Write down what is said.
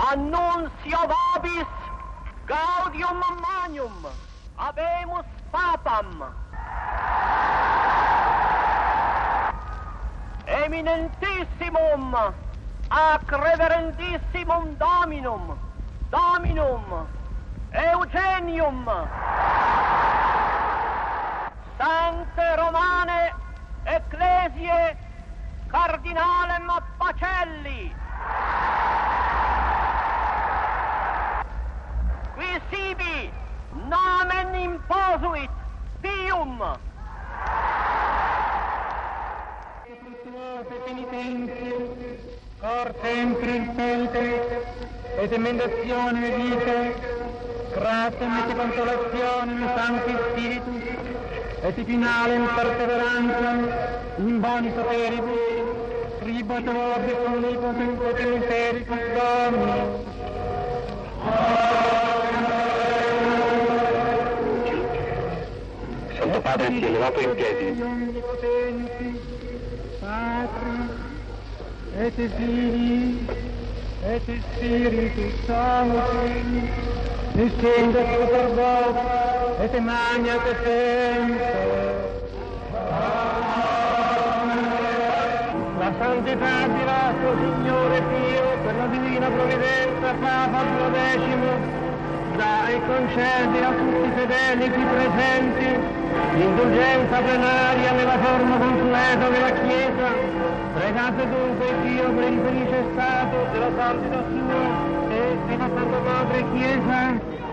annuncio vobis gaudium magnum habemus papam. Eminentissimum ac reverendissimum Dominum Eugenium Sancte Romane Ecclesiae Cardinalem Pacelli, qui sibi nomen imposuit pium. Penitenze, cor sempre il pelte, ed emendazione vite, gratem et consolazione Sancti Spiritus, et finalem perseverantiam in boni saperibus, tribut orbis omnipotens et misericus Domini. Santo Padre si è levato in piedi. Patri, et Filii, et Spiritus Sancti, descendat super vos, et maniat sempre. La santità di nostro Signore Dio, per la divina provvidenza, Papa X, dà e concede a tutti i fedeli qui presenti l'indulgenza plenaria nella forma completa della Chiesa. Pregate dunque Dio per il felice stato della santità sua e della Santa Madre Chiesa.